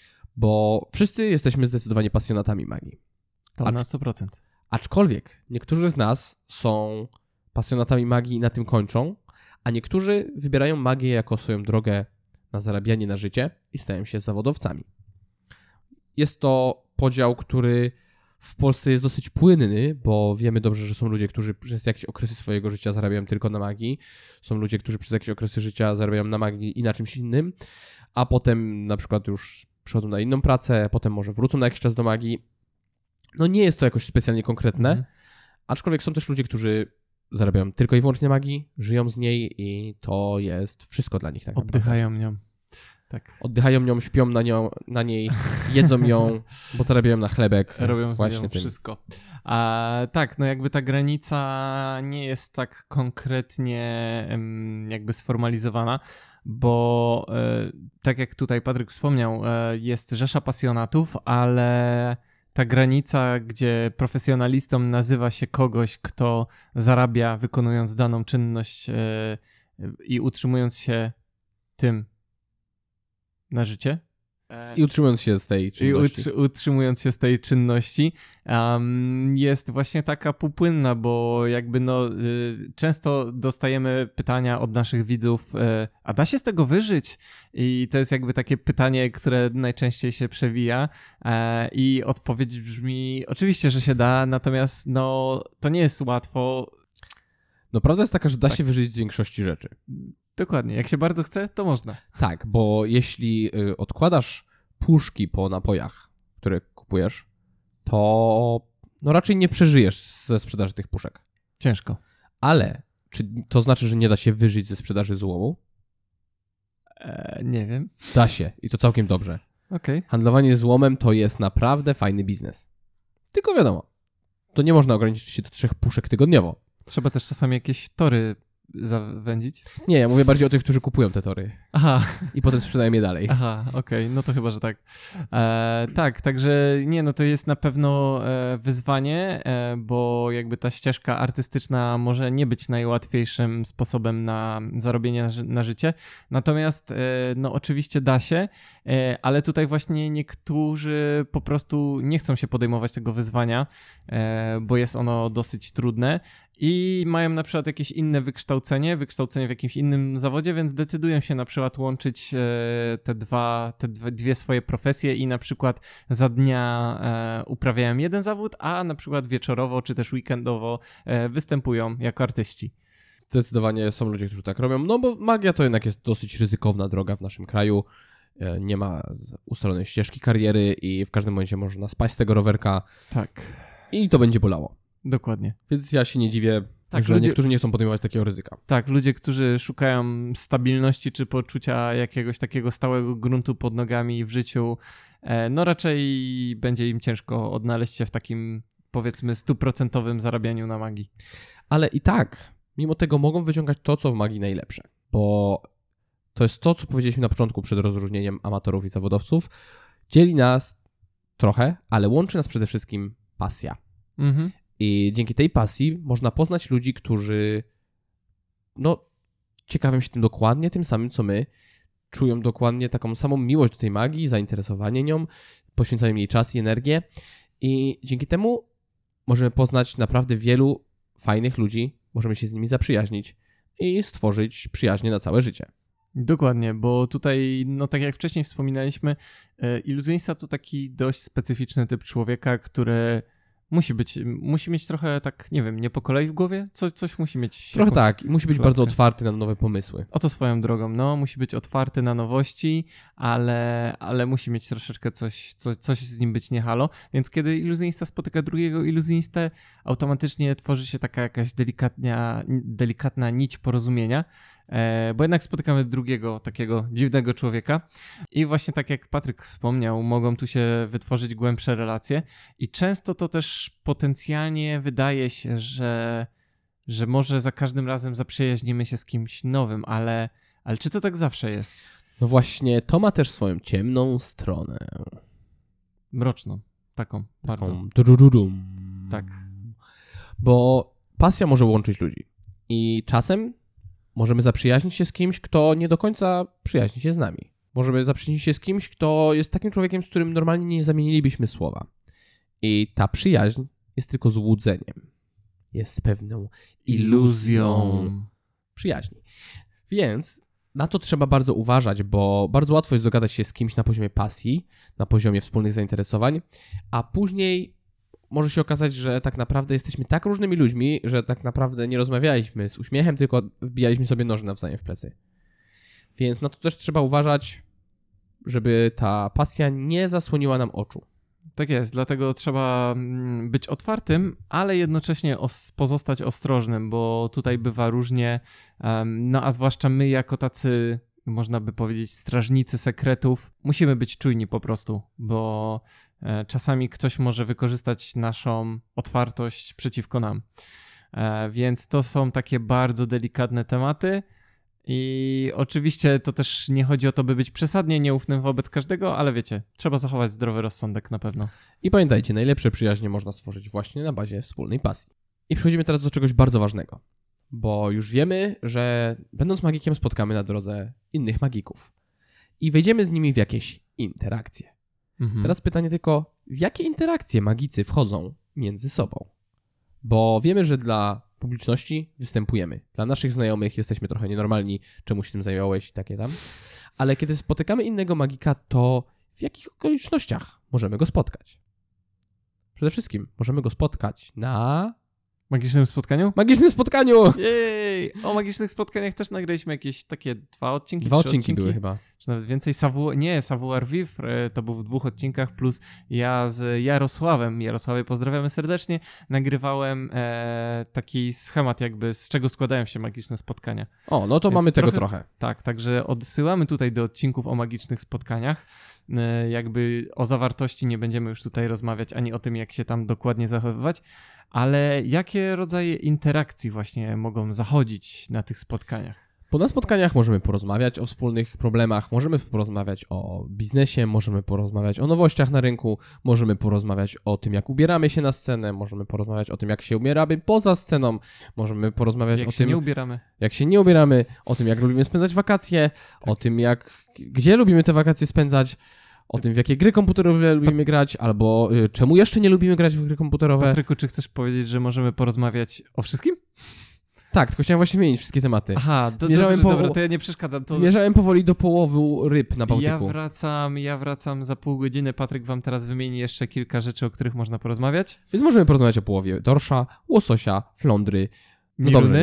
S1: bo wszyscy jesteśmy zdecydowanie pasjonatami magii.
S2: To na 100%.
S1: Aczkolwiek niektórzy z nas są pasjonatami magii i na tym kończą, a niektórzy wybierają magię jako swoją drogę na zarabianie na życie i stają się zawodowcami. Jest to podział, który w Polsce jest dosyć płynny, bo wiemy dobrze, że są ludzie, którzy przez jakieś okresy swojego życia zarabiają tylko na magii. Są ludzie, którzy przez jakieś okresy życia zarabiają na magii i na czymś innym, a potem na przykład już przechodzą na inną pracę, potem może wrócą na jakiś czas do magii. No nie jest to jakoś specjalnie konkretne, aczkolwiek są też ludzie, którzy zarabiają tylko i wyłącznie na magii, żyją z niej i to jest wszystko dla nich tak naprawdę.
S2: Oddychają nią. Tak.
S1: Oddychają nią, śpią na niej, jedzą ją, bo zarabiają na chlebek.
S2: Robią z
S1: właśnie
S2: nią
S1: tym.
S2: wszystko. Tak, no jakby ta granica nie jest tak konkretnie jakby sformalizowana, bo tak jak tutaj Patryk wspomniał, jest rzesza pasjonatów, ale ta granica, gdzie profesjonalistą nazywa się kogoś, kto zarabia wykonując daną czynność i utrzymując się tym na życie.
S1: I utrzymując się z tej czynności.
S2: Utrzymując się z tej czynności, jest właśnie taka półpłynna, bo jakby często dostajemy pytania od naszych widzów, a da się z tego wyżyć? I to jest jakby takie pytanie, które najczęściej się przewija i odpowiedź brzmi, oczywiście, że się da, natomiast to nie jest łatwo.
S1: No prawda jest taka, że da się wyżyć z większości rzeczy.
S2: Dokładnie, jak się bardzo chce, to można.
S1: Tak, bo jeśli odkładasz puszki po napojach, które kupujesz, to raczej nie przeżyjesz ze sprzedaży tych puszek.
S2: Ciężko.
S1: Ale Czy to znaczy, że nie da się wyżyć ze sprzedaży złomu?
S2: Nie wiem.
S1: Da się i to całkiem dobrze.
S2: Okej.
S1: Handlowanie złomem to jest naprawdę fajny biznes. Tylko wiadomo, to nie można ograniczyć się do 3 puszek tygodniowo.
S2: Trzeba też czasami jakieś tory zawędzić.
S1: Nie, ja mówię bardziej o tych, którzy kupują te tory
S2: Aha.
S1: i potem sprzedają je dalej.
S2: Aha, okej, no to chyba, że tak. Tak, także nie, no to jest na pewno wyzwanie, bo jakby ta ścieżka artystyczna może nie być najłatwiejszym sposobem na zarobienie na życie, natomiast no oczywiście da się, ale tutaj właśnie niektórzy po prostu nie chcą się podejmować tego wyzwania, bo jest ono dosyć trudne. I mają na przykład jakieś inne wykształcenie w jakimś innym zawodzie, więc decydują się na przykład łączyć te dwie swoje profesje i na przykład za dnia uprawiają jeden zawód, a na przykład wieczorowo czy też weekendowo występują jako artyści.
S1: Zdecydowanie są ludzie, którzy tak robią, no bo magia to jednak jest dosyć ryzykowna droga w naszym kraju. Nie ma ustalonej ścieżki kariery i w każdym momencie można spaść z tego rowerka.
S2: Tak.
S1: I to będzie bolało.
S2: Dokładnie.
S1: Więc ja się nie dziwię,
S2: Tak,
S1: że niektórzy nie chcą podejmować takiego ryzyka.
S2: Tak, ludzie, którzy szukają stabilności czy poczucia jakiegoś takiego stałego gruntu pod nogami w życiu, no raczej będzie im ciężko odnaleźć się w takim, powiedzmy, 100% zarabianiu na magii.
S1: Ale i tak, mimo tego mogą wyciągać to, co w magii najlepsze. Bo to jest to, co powiedzieliśmy na początku przed rozróżnieniem amatorów i zawodowców. Dzieli nas trochę, ale łączy nas przede wszystkim pasja.
S2: Mhm.
S1: I dzięki tej pasji można poznać ludzi, którzy ciekawią się tym dokładnie, tym samym co my, czują dokładnie taką samą miłość do tej magii, zainteresowanie nią, poświęcają jej czas i energię i dzięki temu możemy poznać naprawdę wielu fajnych ludzi, możemy się z nimi zaprzyjaźnić i stworzyć przyjaźnie na całe życie.
S2: Dokładnie, bo tutaj, no tak jak wcześniej wspominaliśmy, iluzjonista to taki dość specyficzny typ człowieka, który musi mieć trochę tak, nie wiem, nie po kolei w głowie? Coś musi mieć.
S1: Trochę tak, i musi być
S2: klapkę.
S1: bardzo otwarty na nowe pomysły.
S2: Oto swoją drogą, no, musi być otwarty na nowości, ale musi mieć troszeczkę coś z nim być nie halo, więc kiedy iluzjonista spotyka drugiego iluzjonistę, automatycznie tworzy się taka jakaś delikatna nić porozumienia, bo jednak spotykamy drugiego takiego dziwnego człowieka i właśnie tak jak Patryk wspomniał, mogą tu się wytworzyć głębsze relacje i często to też potencjalnie wydaje się, że może za każdym razem zaprzyjaźnimy się z kimś nowym, ale czy to tak zawsze jest?
S1: No właśnie, to ma też swoją ciemną stronę.
S2: Mroczną, taką bardzo.
S1: Drurudum.
S2: Tak.
S1: Bo pasja może łączyć ludzi i czasem możemy zaprzyjaźnić się z kimś, kto nie do końca przyjaźni się z nami. Możemy zaprzyjaźnić się z kimś, kto jest takim człowiekiem, z którym normalnie nie zamienilibyśmy słowa. I ta przyjaźń jest tylko złudzeniem. Jest pewną iluzją przyjaźni. Więc na to trzeba bardzo uważać, bo bardzo łatwo jest dogadać się z kimś na poziomie pasji, na poziomie wspólnych zainteresowań, a później może się okazać, że tak naprawdę jesteśmy tak różnymi ludźmi, że tak naprawdę nie rozmawialiśmy z uśmiechem, tylko wbijaliśmy sobie noże nawzajem w plecy. Więc na to też trzeba uważać, żeby ta pasja nie zasłoniła nam oczu.
S2: Tak jest, dlatego trzeba być otwartym, ale jednocześnie pozostać ostrożnym, bo tutaj bywa różnie, no a zwłaszcza my jako tacy, można by powiedzieć, strażnicy sekretów, musimy być czujni po prostu, bo czasami ktoś może wykorzystać naszą otwartość przeciwko nam. Więc to są takie bardzo delikatne tematy i oczywiście to też nie chodzi o to, by być przesadnie nieufnym wobec każdego, ale wiecie, trzeba zachować zdrowy rozsądek na pewno.
S1: I pamiętajcie, najlepsze przyjaźnie można stworzyć właśnie na bazie wspólnej pasji. I przechodzimy teraz do czegoś bardzo ważnego, bo już wiemy, że będąc magikiem spotkamy na drodze innych magików i wejdziemy z nimi w jakieś interakcje. Teraz pytanie tylko, w jakie interakcje magicy wchodzą między sobą? Bo wiemy, że dla publiczności występujemy. Dla naszych znajomych jesteśmy trochę nienormalni, czemu się tym zająłeś i takie tam. Ale kiedy spotykamy innego magika, to w jakich okolicznościach możemy go spotkać? Przede wszystkim możemy go spotkać na
S2: Magicznym spotkaniu?
S1: Magicznym spotkaniu!
S2: Jej! O magicznych spotkaniach też nagraliśmy jakieś takie 2 odcinki,
S1: 2
S2: 3
S1: odcinki były chyba.
S2: Czy nawet więcej. Savoir Vivre to był w 2 odcinkach, plus ja z Jarosławem, pozdrawiamy serdecznie, nagrywałem taki schemat jakby, z czego składają się magiczne spotkania.
S1: O, no to
S2: Więc
S1: mamy tego trochę.
S2: Tak, także odsyłamy tutaj do odcinków o magicznych spotkaniach. Jakby o zawartości nie będziemy już tutaj rozmawiać, ani o tym, jak się tam dokładnie zachowywać, ale jakie rodzaje interakcji właśnie mogą zachodzić na tych spotkaniach?
S1: Bo na spotkaniach możemy porozmawiać o wspólnych problemach, możemy porozmawiać o biznesie, możemy porozmawiać o nowościach na rynku, możemy porozmawiać o tym, jak ubieramy się na scenę, możemy porozmawiać o tym, jak się ubieramy poza sceną, możemy porozmawiać o tym, jak się nie ubieramy, o tym, jak lubimy spędzać wakacje, tak. O tym, gdzie lubimy te wakacje spędzać, o tym, w jakie gry komputerowe lubimy grać, albo czemu jeszcze nie lubimy grać w gry komputerowe.
S2: Patryku, czy chcesz powiedzieć, że możemy porozmawiać o wszystkim?
S1: Tak, tylko chciałem właśnie wymienić wszystkie tematy.
S2: Aha, dobra, to ja nie przeszkadzam.
S1: Zmierzałem powoli do połowu ryb na Bałtyku.
S2: Ja wracam za pół godziny. Patryk wam teraz wymieni jeszcze kilka rzeczy, o których można porozmawiać.
S1: Więc możemy porozmawiać o połowie dorsza, łososia, flądry. No dobrze,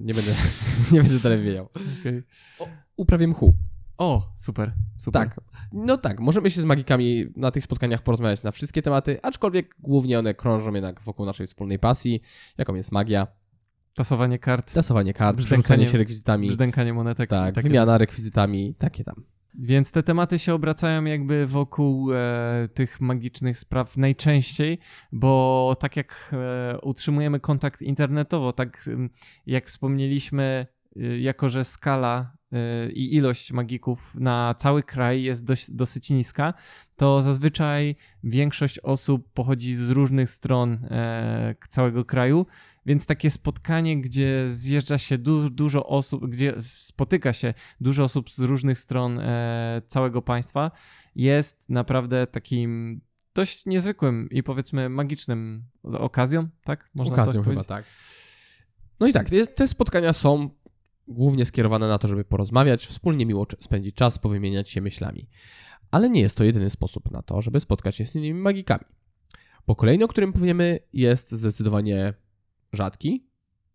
S1: nie będę dalej wiedział.
S2: Okay.
S1: O uprawie mchu.
S2: O, super.
S1: Tak, no tak, możemy się z magikami na tych spotkaniach porozmawiać na wszystkie tematy, aczkolwiek głównie one krążą jednak wokół naszej wspólnej pasji, jaką jest magia.
S2: Tasowanie kart,
S1: rzucanie się rekwizytami.
S2: Brzdękanie monetek.
S1: Tak, wymiana rekwizytami, takie tam.
S2: Więc te tematy się obracają jakby wokół tych magicznych spraw najczęściej, bo tak jak utrzymujemy kontakt internetowo, tak jak wspomnieliśmy, jako że skala i ilość magików na cały kraj jest dosyć niska, to zazwyczaj większość osób pochodzi z różnych stron całego kraju, więc takie spotkanie, gdzie zjeżdża się dużo osób, gdzie spotyka się dużo osób z różnych stron całego państwa, jest naprawdę takim dość niezwykłym i powiedzmy magicznym okazją, tak? Można
S1: okazją
S2: tak
S1: chyba, tak. No i tak, te spotkania są głównie skierowane na to, żeby porozmawiać, wspólnie miło spędzić czas, powymieniać się myślami. Ale nie jest to jedyny sposób na to, żeby spotkać się z innymi magikami. Bo kolejny, o którym powiemy, jest zdecydowanie rzadki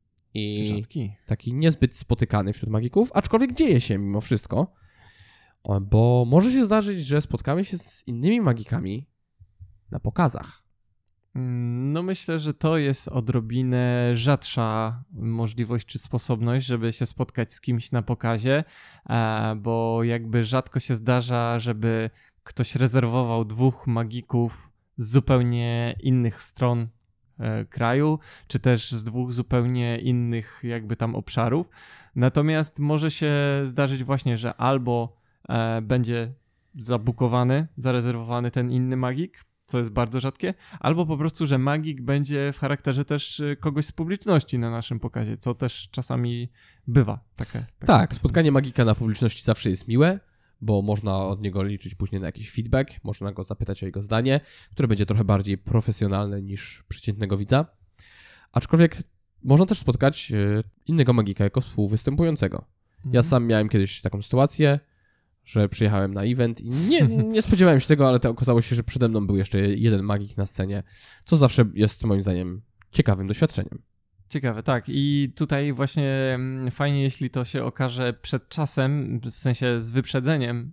S1: i taki niezbyt spotykany wśród magików, aczkolwiek dzieje się mimo wszystko, bo może się zdarzyć, że spotkamy się z innymi magikami na pokazach.
S2: No myślę, że to jest odrobinę rzadsza możliwość czy sposobność, żeby się spotkać z kimś na pokazie, bo jakby rzadko się zdarza, żeby ktoś rezerwował 2 magików z zupełnie innych stron kraju, czy też z 2 zupełnie innych jakby tam obszarów. Natomiast może się zdarzyć właśnie, że albo będzie zarezerwowany ten inny magik, co jest bardzo rzadkie, albo po prostu, że magik będzie w charakterze też kogoś z publiczności na naszym pokazie, co też czasami bywa.
S1: Tak, spotkanie magika na publiczności zawsze jest miłe, bo można od niego liczyć później na jakiś feedback, można go zapytać o jego zdanie, które będzie trochę bardziej profesjonalne niż przeciętnego widza. Aczkolwiek można też spotkać innego magika jako współwystępującego. Ja sam miałem kiedyś taką sytuację, że przyjechałem na event i nie spodziewałem się tego, ale to okazało się, że przede mną był jeszcze jeden magik na scenie, co zawsze jest moim zdaniem ciekawym doświadczeniem.
S2: Ciekawe, tak. I tutaj właśnie fajnie, jeśli to się okaże przed czasem, w sensie z wyprzedzeniem,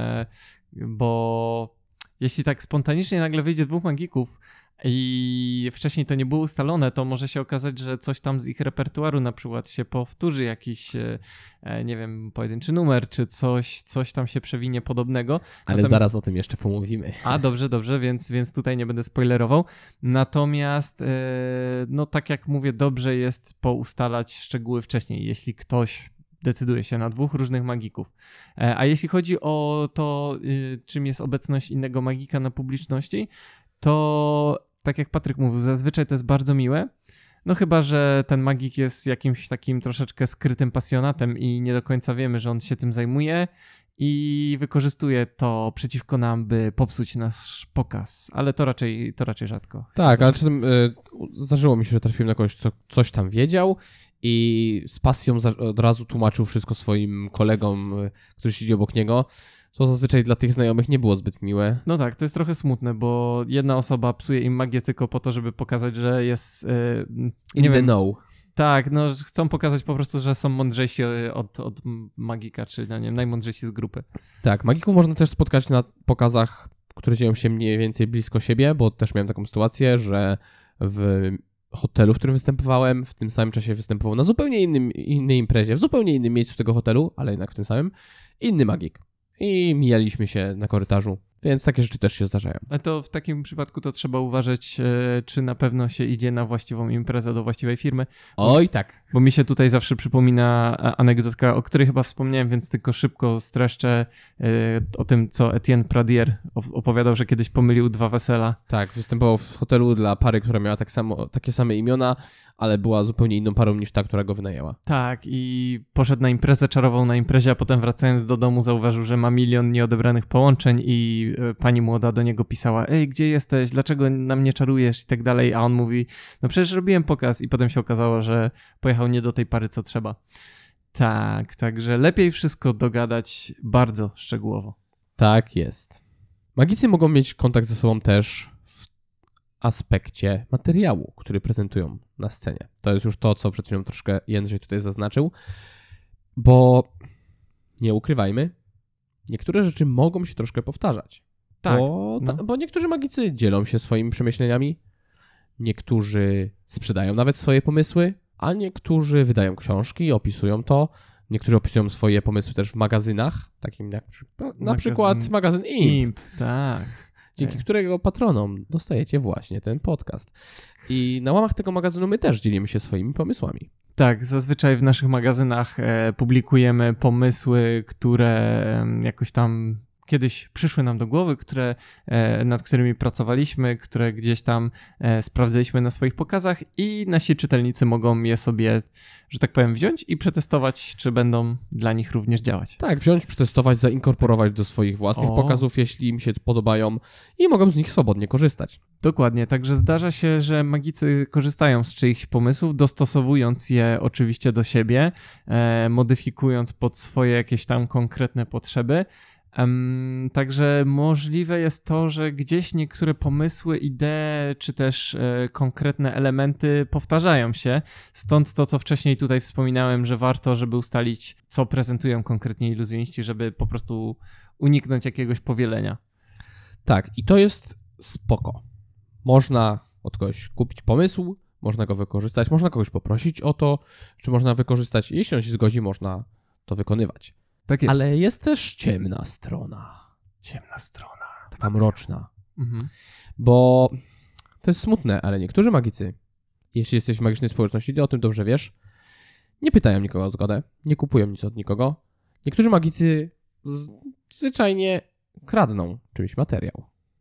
S2: bo jeśli tak spontanicznie nagle wyjdzie 2 magików i wcześniej to nie było ustalone, to może się okazać, że coś tam z ich repertuaru na przykład się powtórzy, jakiś, nie wiem, pojedynczy numer, czy coś tam się przewinie podobnego.
S1: Ale zaraz o tym jeszcze pomówimy.
S2: A, dobrze, więc tutaj nie będę spoilerował. Natomiast, no tak jak mówię, dobrze jest poustalać szczegóły wcześniej, jeśli ktoś decyduje się na 2 różnych magików. A jeśli chodzi o to, czym jest obecność innego magika na publiczności, to tak jak Patryk mówił, zazwyczaj to jest bardzo miłe, no chyba że ten magik jest jakimś takim troszeczkę skrytym pasjonatem i nie do końca wiemy, że on się tym zajmuje i wykorzystuje to przeciwko nam, by popsuć nasz pokaz, ale to raczej rzadko.
S1: Tak, ale czasem zdarzyło mi się, że trafiłem na kogoś, co coś tam wiedział i z pasją od razu tłumaczył wszystko swoim kolegom, którzy siedzieli obok niego, co zazwyczaj dla tych znajomych nie było zbyt miłe.
S2: No tak, to jest trochę smutne, bo jedna osoba psuje im magię tylko po to, żeby pokazać, że jest...
S1: In the know.
S2: Tak, no chcą pokazać po prostu, że są mądrzejsi od magika, czy nie wiem, najmądrzejsi z grupy.
S1: Tak, magików można też spotkać na pokazach, które dzieją się mniej więcej blisko siebie, bo też miałem taką sytuację, że w hotelu, w którym występowałem, w tym samym czasie występował na zupełnie innej imprezie, w zupełnie innym miejscu tego hotelu, ale jednak w tym samym, inny magik. I mijaliśmy się na korytarzu, więc takie rzeczy też się zdarzają.
S2: A to w takim przypadku to trzeba uważać, czy na pewno się idzie na właściwą imprezę do właściwej firmy.
S1: Oj, tak.
S2: Bo mi się tutaj zawsze przypomina anegdotka, o której chyba wspomniałem, więc tylko szybko streszczę o tym, co Etienne Pradier opowiadał, że kiedyś pomylił dwa wesela.
S1: Tak, występował w hotelu dla pary, która miała takie same imiona, ale była zupełnie inną parą niż ta, która go wynajęła.
S2: Tak, i poszedł na imprezę, czarował na imprezie, a potem wracając do domu zauważył, że ma 1 000 000 nieodebranych połączeń i pani młoda do niego pisała: ej, gdzie jesteś, dlaczego na mnie czarujesz i tak dalej, a on mówi: no przecież robiłem pokaz, i potem się okazało, że pojechał nie do tej pary, co trzeba. Tak, także lepiej wszystko dogadać bardzo szczegółowo.
S1: Tak jest. Magicy mogą mieć kontakt ze sobą też w aspekcie materiału, który prezentują na scenie. To jest już to, co przed chwilą troszkę Jędrzej tutaj zaznaczył, bo nie ukrywajmy, niektóre rzeczy mogą się troszkę powtarzać.
S2: Tak,
S1: Bo niektórzy magicy dzielą się swoimi przemyśleniami, niektórzy sprzedają nawet swoje pomysły, a niektórzy wydają książki, opisują to. Niektórzy opisują swoje pomysły też w magazynach, takim jak na przykład magazyn Imp.
S2: Tak.
S1: Dzięki którego patronom dostajecie właśnie ten podcast. I na łamach tego magazynu my też dzielimy się swoimi pomysłami.
S2: Tak, zazwyczaj w naszych magazynach publikujemy pomysły, które jakoś tam kiedyś przyszły nam do głowy, nad którymi pracowaliśmy, które gdzieś tam sprawdzaliśmy na swoich pokazach i nasi czytelnicy mogą je sobie, że tak powiem, wziąć i przetestować, czy będą dla nich również działać.
S1: Tak, wziąć, przetestować, zainkorporować do swoich własnych pokazów, jeśli im się podobają i mogą z nich swobodnie korzystać.
S2: Dokładnie, także zdarza się, że magicy korzystają z czyichś pomysłów, dostosowując je oczywiście do siebie, modyfikując pod swoje jakieś tam konkretne potrzeby. Także możliwe jest to, że gdzieś niektóre pomysły, idee, czy też konkretne elementy powtarzają się. Stąd to, co wcześniej tutaj wspominałem, że warto, żeby ustalić, co prezentują konkretnie iluzjoniści, żeby po prostu uniknąć jakiegoś powielenia.
S1: Tak, i to jest spoko. Można od kogoś kupić pomysł, można go wykorzystać, można kogoś poprosić o to, czy można wykorzystać. Jeśli on się zgodzi, można to wykonywać.
S2: Tak jest.
S1: Ale jest też ciemna strona.
S2: Ciemna strona.
S1: Taka mroczna.
S2: Mhm.
S1: Bo to jest smutne, ale niektórzy magicy, jeśli jesteś w magicznej społeczności, ty o tym dobrze wiesz, nie pytają nikogo o zgodę, nie kupują nic od nikogo. Niektórzy magicy zwyczajnie kradną czymś materiał.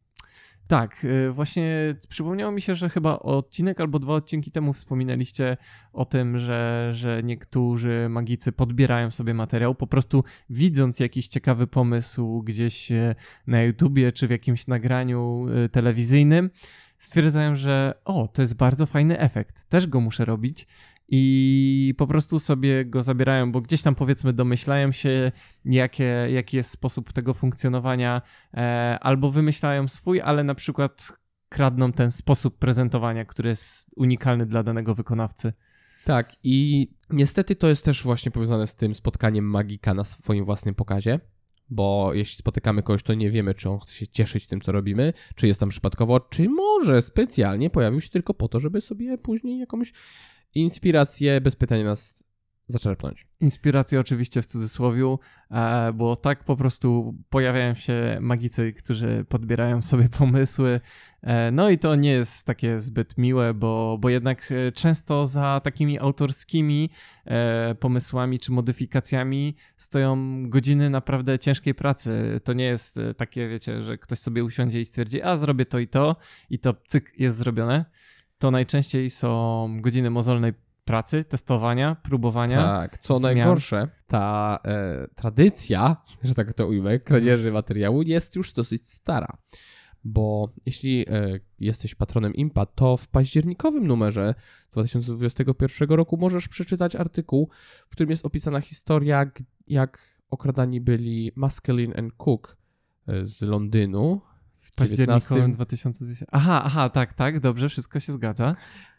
S2: Tak, właśnie przypomniało mi się, że chyba odcinek albo 2 odcinki temu wspominaliście o tym, że niektórzy magicy podbierają sobie materiał, po prostu widząc jakiś ciekawy pomysł gdzieś na YouTubie czy w jakimś nagraniu telewizyjnym, stwierdzają, że to jest bardzo fajny efekt, też go muszę robić. I po prostu sobie go zabierają, bo gdzieś tam powiedzmy domyślają się, jaki jest sposób tego funkcjonowania, albo wymyślają swój, ale na przykład kradną ten sposób prezentowania, który jest unikalny dla danego wykonawcy.
S1: Tak, i niestety to jest też właśnie powiązane z tym spotkaniem magika na swoim własnym pokazie, bo jeśli spotykamy kogoś, to nie wiemy, czy on chce się cieszyć tym, co robimy, czy jest tam przypadkowo, czy może specjalnie pojawił się tylko po to, żeby sobie później jakąś inspirację bez pytania nas zaczerpnąć.
S2: Inspiracje oczywiście w cudzysłowiu, bo tak po prostu pojawiają się magicy, którzy podbierają sobie pomysły. No i to nie jest takie zbyt miłe, bo jednak często za takimi autorskimi pomysłami czy modyfikacjami stoją godziny naprawdę ciężkiej pracy. To nie jest takie, wiecie, że ktoś sobie usiądzie i stwierdzi: zrobię to i to cyk, jest zrobione. To najczęściej są godziny mozolnej pracy, testowania, próbowania.
S1: Tak, co najgorsze, ta tradycja, że tak to ujmę, kradzieży materiału jest już dosyć stara. bo jeśli jesteś patronem Impa, to w październikowym numerze 2021 roku możesz przeczytać artykuł, w którym jest opisana historia, jak okradani byli Maskelyne and Cook z Londynu w
S2: październikowym 2020. Aha, tak, dobrze, wszystko się zgadza.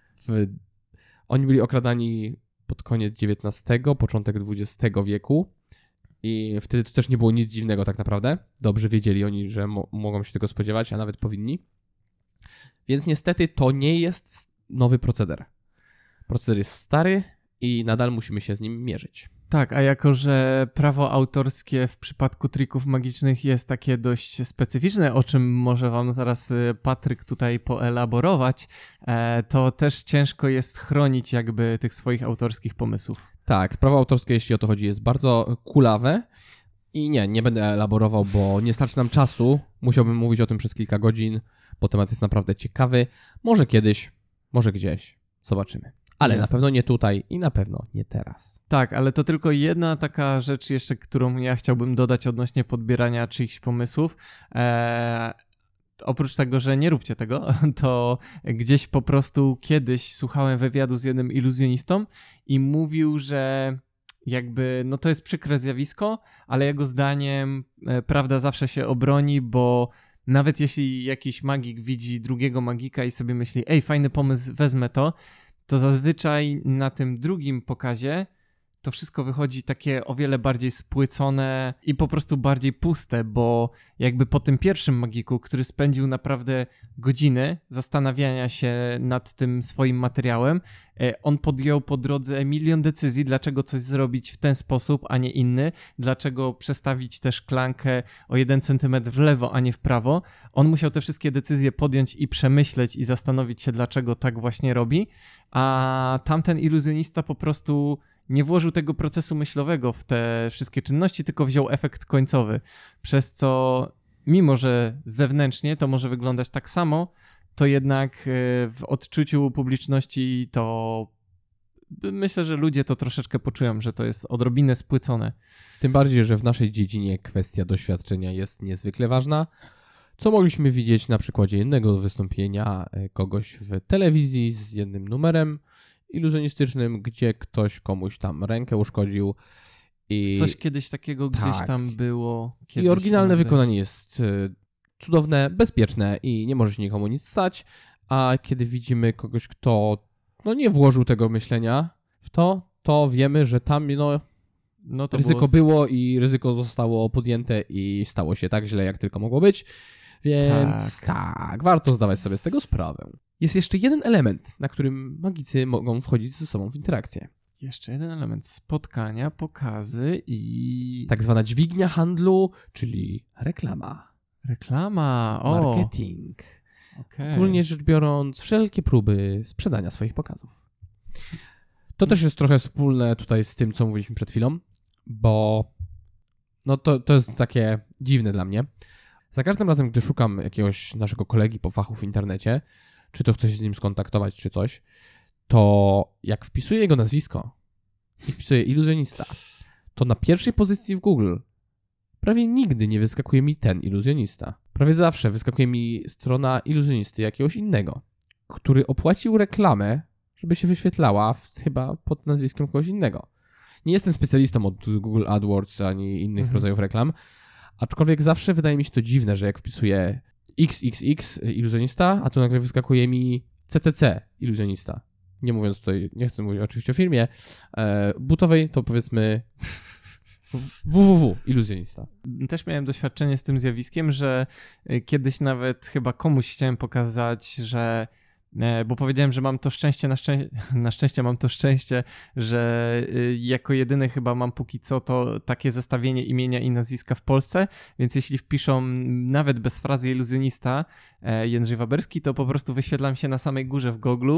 S1: Oni byli okradani pod koniec XIX, początek XX wieku i wtedy to też nie było nic dziwnego tak naprawdę. Dobrze wiedzieli oni, że mogą się tego spodziewać, a nawet powinni. Więc niestety to nie jest nowy proceder. Proceder jest stary i nadal musimy się z nim mierzyć.
S2: Tak, a jako że prawo autorskie w przypadku trików magicznych jest takie dość specyficzne, o czym może wam zaraz Patryk tutaj poelaborować, to też ciężko jest chronić jakby tych swoich autorskich pomysłów.
S1: Tak, prawo autorskie, jeśli o to chodzi, jest bardzo kulawe i nie będę elaborował, bo nie starczy nam czasu. Musiałbym mówić o tym przez kilka godzin, bo temat jest naprawdę ciekawy. Może kiedyś, może gdzieś. Zobaczymy. Ale na pewno nie tutaj i na pewno nie teraz.
S2: Tak, ale to tylko jedna taka rzecz jeszcze, którą ja chciałbym dodać odnośnie podbierania czyichś pomysłów. Oprócz tego, że nie róbcie tego, to gdzieś po prostu kiedyś słuchałem wywiadu z jednym iluzjonistą i mówił, że jakby, no to jest przykre zjawisko, ale jego zdaniem prawda zawsze się obroni, bo nawet jeśli jakiś magik widzi drugiego magika i sobie myśli, ej, fajny pomysł, wezmę to zazwyczaj na tym drugim pokazie to wszystko wychodzi takie o wiele bardziej spłycone i po prostu bardziej puste, bo jakby po tym pierwszym magiku, który spędził naprawdę godziny zastanawiania się nad tym swoim materiałem, on podjął po drodze milion decyzji, dlaczego coś zrobić w ten sposób, a nie inny, dlaczego przestawić tę szklankę o 1 centymetr w lewo, a nie w prawo. On musiał te wszystkie decyzje podjąć i przemyśleć i zastanowić się, dlaczego tak właśnie robi, a tamten iluzjonista po prostu nie włożył tego procesu myślowego w te wszystkie czynności, tylko wziął efekt końcowy, przez co mimo, że zewnętrznie to może wyglądać tak samo, to jednak w odczuciu publiczności to myślę, że ludzie to troszeczkę poczują, że to jest odrobinę spłycone.
S1: Tym bardziej, że w naszej dziedzinie kwestia doświadczenia jest niezwykle ważna, co mogliśmy widzieć na przykładzie jednego wystąpienia kogoś w telewizji z jednym numerem iluzjonistycznym, gdzie ktoś komuś tam rękę uszkodził i...
S2: Coś kiedyś takiego gdzieś tam było.
S1: I oryginalne wykonanie jest cudowne, bezpieczne i nie może się nikomu nic stać, a kiedy widzimy kogoś, kto nie włożył tego myślenia w to wiemy, że tam to ryzyko było i ryzyko zostało podjęte i stało się tak źle, jak tylko mogło być. Więc tak, warto zdawać sobie z tego sprawę. Jest jeszcze jeden element, na którym magicy mogą wchodzić ze sobą w interakcję.
S2: Jeszcze jeden element. Spotkania, pokazy i...
S1: Tak zwana dźwignia handlu, czyli reklama.
S2: Reklama,
S1: marketing.
S2: Okay.
S1: Ogólnie rzecz biorąc, wszelkie próby sprzedania swoich pokazów. To też jest trochę wspólne tutaj z tym, co mówiliśmy przed chwilą, bo to jest takie dziwne dla mnie. Za każdym razem, gdy szukam jakiegoś naszego kolegi po fachu w internecie, czy to chcę się z nim skontaktować, czy coś, to jak wpisuję jego nazwisko i wpisuję iluzjonista, to na pierwszej pozycji w Google prawie nigdy nie wyskakuje mi ten iluzjonista. Prawie zawsze wyskakuje mi strona iluzjonisty jakiegoś innego, który opłacił reklamę, żeby się wyświetlała chyba pod nazwiskiem kogoś innego. Nie jestem specjalistą od Google AdWords ani innych rodzajów reklam, aczkolwiek zawsze wydaje mi się to dziwne, że jak wpisuję XXX iluzjonista, a tu nagle wyskakuje mi CCC iluzjonista. Nie mówiąc tutaj, nie chcę mówić oczywiście o firmie butowej, to powiedzmy www iluzjonista. Też
S2: miałem doświadczenie z tym zjawiskiem, że kiedyś nawet chyba komuś chciałem pokazać, że bo powiedziałem, że mam to szczęście, na szczęście mam to szczęście, że jako jedyny chyba mam póki co to takie zestawienie imienia i nazwiska w Polsce, więc jeśli wpiszą nawet bez frazy iluzjonista Jędrzej Waberski, to po prostu wyświetlam się na samej górze w Google'u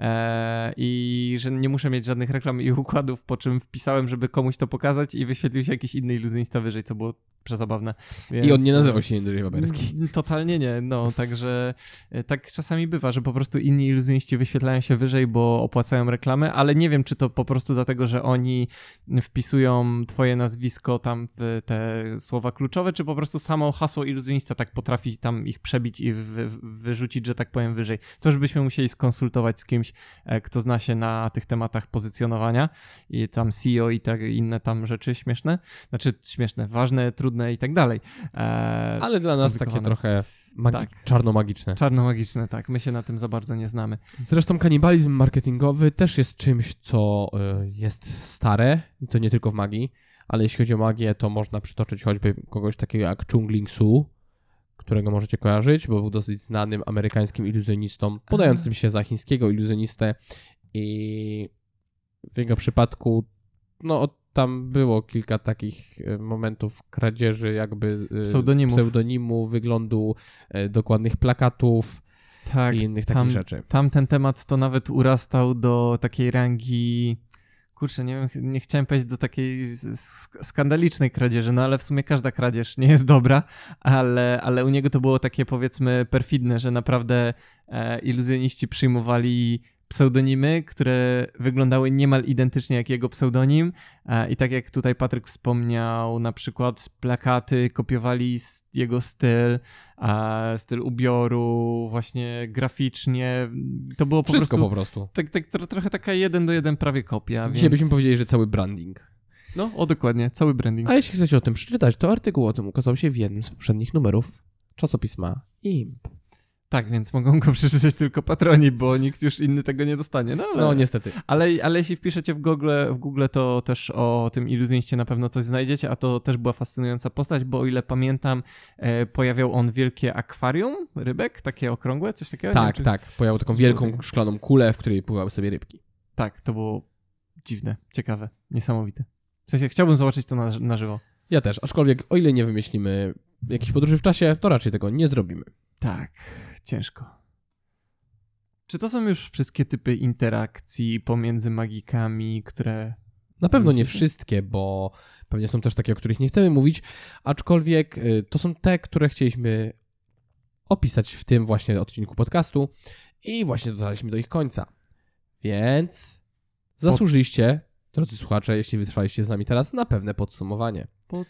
S2: i że nie muszę mieć żadnych reklam i układów, po czym wpisałem, żeby komuś to pokazać i wyświetlił się jakiś inny iluzjonista wyżej, co było przezabawne.
S1: I on nie nazywał się Jędrzej Waberski.
S2: Totalnie nie, no, także tak czasami bywa, że po prostu inni iluzjoniści wyświetlają się wyżej, bo opłacają reklamę, ale nie wiem, czy to po prostu dlatego, że oni wpisują twoje nazwisko tam w te słowa kluczowe, czy po prostu samo hasło iluzjonista tak potrafi tam ich przebić i wyrzucić, że tak powiem, wyżej. To już byśmy musieli skonsultować z kimś, kto zna się na tych tematach pozycjonowania i tam SEO i tak inne tam rzeczy śmieszne, ważne, trudne i tak dalej.
S1: Ale dla nas takie trochę
S2: tak.
S1: czarnomagiczne.
S2: Czarnomagiczne, tak. My się na tym za bardzo nie znamy.
S1: Zresztą kanibalizm marketingowy też jest czymś, co jest stare i to nie tylko w magii, ale jeśli chodzi o magię, to można przytoczyć choćby kogoś takiego jak Chung Ling Soo, którego możecie kojarzyć, bo był dosyć znanym amerykańskim iluzjonistą, podającym się za chińskiego iluzjonistę i w jego przypadku tam było kilka takich momentów kradzieży jakby pseudonimu, wyglądu dokładnych plakatów i innych takich rzeczy.
S2: Tam ten temat to nawet urastał do takiej rangi, kurczę, nie wiem, nie chciałem powiedzieć do takiej skandalicznej kradzieży, no ale w sumie każda kradzież nie jest dobra, ale u niego to było takie powiedzmy perfidne, że naprawdę iluzjoniści przyjmowali pseudonimy, które wyglądały niemal identycznie jak jego pseudonim i tak jak tutaj Patryk wspomniał, na przykład plakaty kopiowali jego styl ubioru, właśnie graficznie, to było
S1: po prostu.
S2: Tak, trochę taka 1:1 prawie kopia.
S1: Dzisiaj byśmy powiedzieli, że cały branding.
S2: No, dokładnie, cały branding.
S1: A jeśli chcecie o tym przeczytać, to artykuł o tym ukazał się w jednym z poprzednich numerów czasopisma IMP.
S2: Tak, więc mogą go przeczytać tylko patroni, bo nikt już inny tego nie dostanie.
S1: No niestety.
S2: Ale jeśli wpiszecie w Google, to też o tym iluzjoniście na pewno coś znajdziecie, a to też była fascynująca postać, bo o ile pamiętam, pojawiał on wielkie akwarium rybek, takie okrągłe, coś takiego?
S1: Tak. Pojawił taką wielką szklaną kulę, w której pływały sobie rybki.
S2: Tak, to było dziwne, ciekawe, niesamowite. W sensie chciałbym zobaczyć to na żywo.
S1: Ja też, aczkolwiek o ile nie wymyślimy jakiejś podróży w czasie, to raczej tego nie zrobimy.
S2: Tak, ciężko. Czy to są już wszystkie typy interakcji pomiędzy magikami, które...
S1: Na pewno nie wszystkie, bo pewnie są też takie, o których nie chcemy mówić, aczkolwiek to są te, które chcieliśmy opisać w tym właśnie odcinku podcastu i właśnie dotarliśmy do ich końca. Więc zasłużyliście, drodzy słuchacze, jeśli wytrwaliście z nami teraz, na pewne podsumowanie.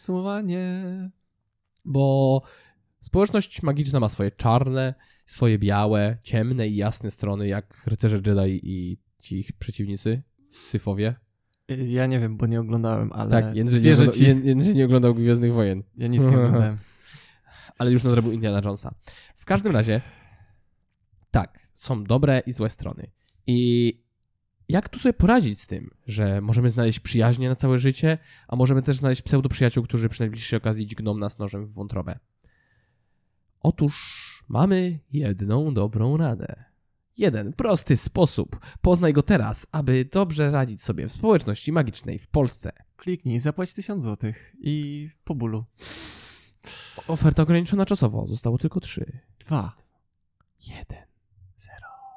S1: Bo społeczność magiczna ma swoje czarne, swoje białe, ciemne i jasne strony, jak rycerze Jedi i ci ich przeciwnicy, syfowie.
S2: Ja nie wiem, bo nie oglądałem, ale
S1: tak, Jędrzej nie oglądał Gwiezdnych Wojen.
S2: Ja nic nie oglądałem.
S1: Ale już nadrobił Indiana Jonesa. W każdym razie, tak, są dobre i złe strony. I jak tu sobie poradzić z tym, że możemy znaleźć przyjaźnie na całe życie, a możemy też znaleźć pseudoprzyjaciół, którzy przy najbliższej okazji dźgną nas nożem w wątrobę? Otóż mamy jedną dobrą radę. Jeden prosty sposób. Poznaj go teraz, aby dobrze radzić sobie w społeczności magicznej w Polsce.
S2: Kliknij, zapłać 1000 zł i po bólu.
S1: Oferta ograniczona czasowo. Zostało tylko 3.
S2: 2.
S1: 1. 0.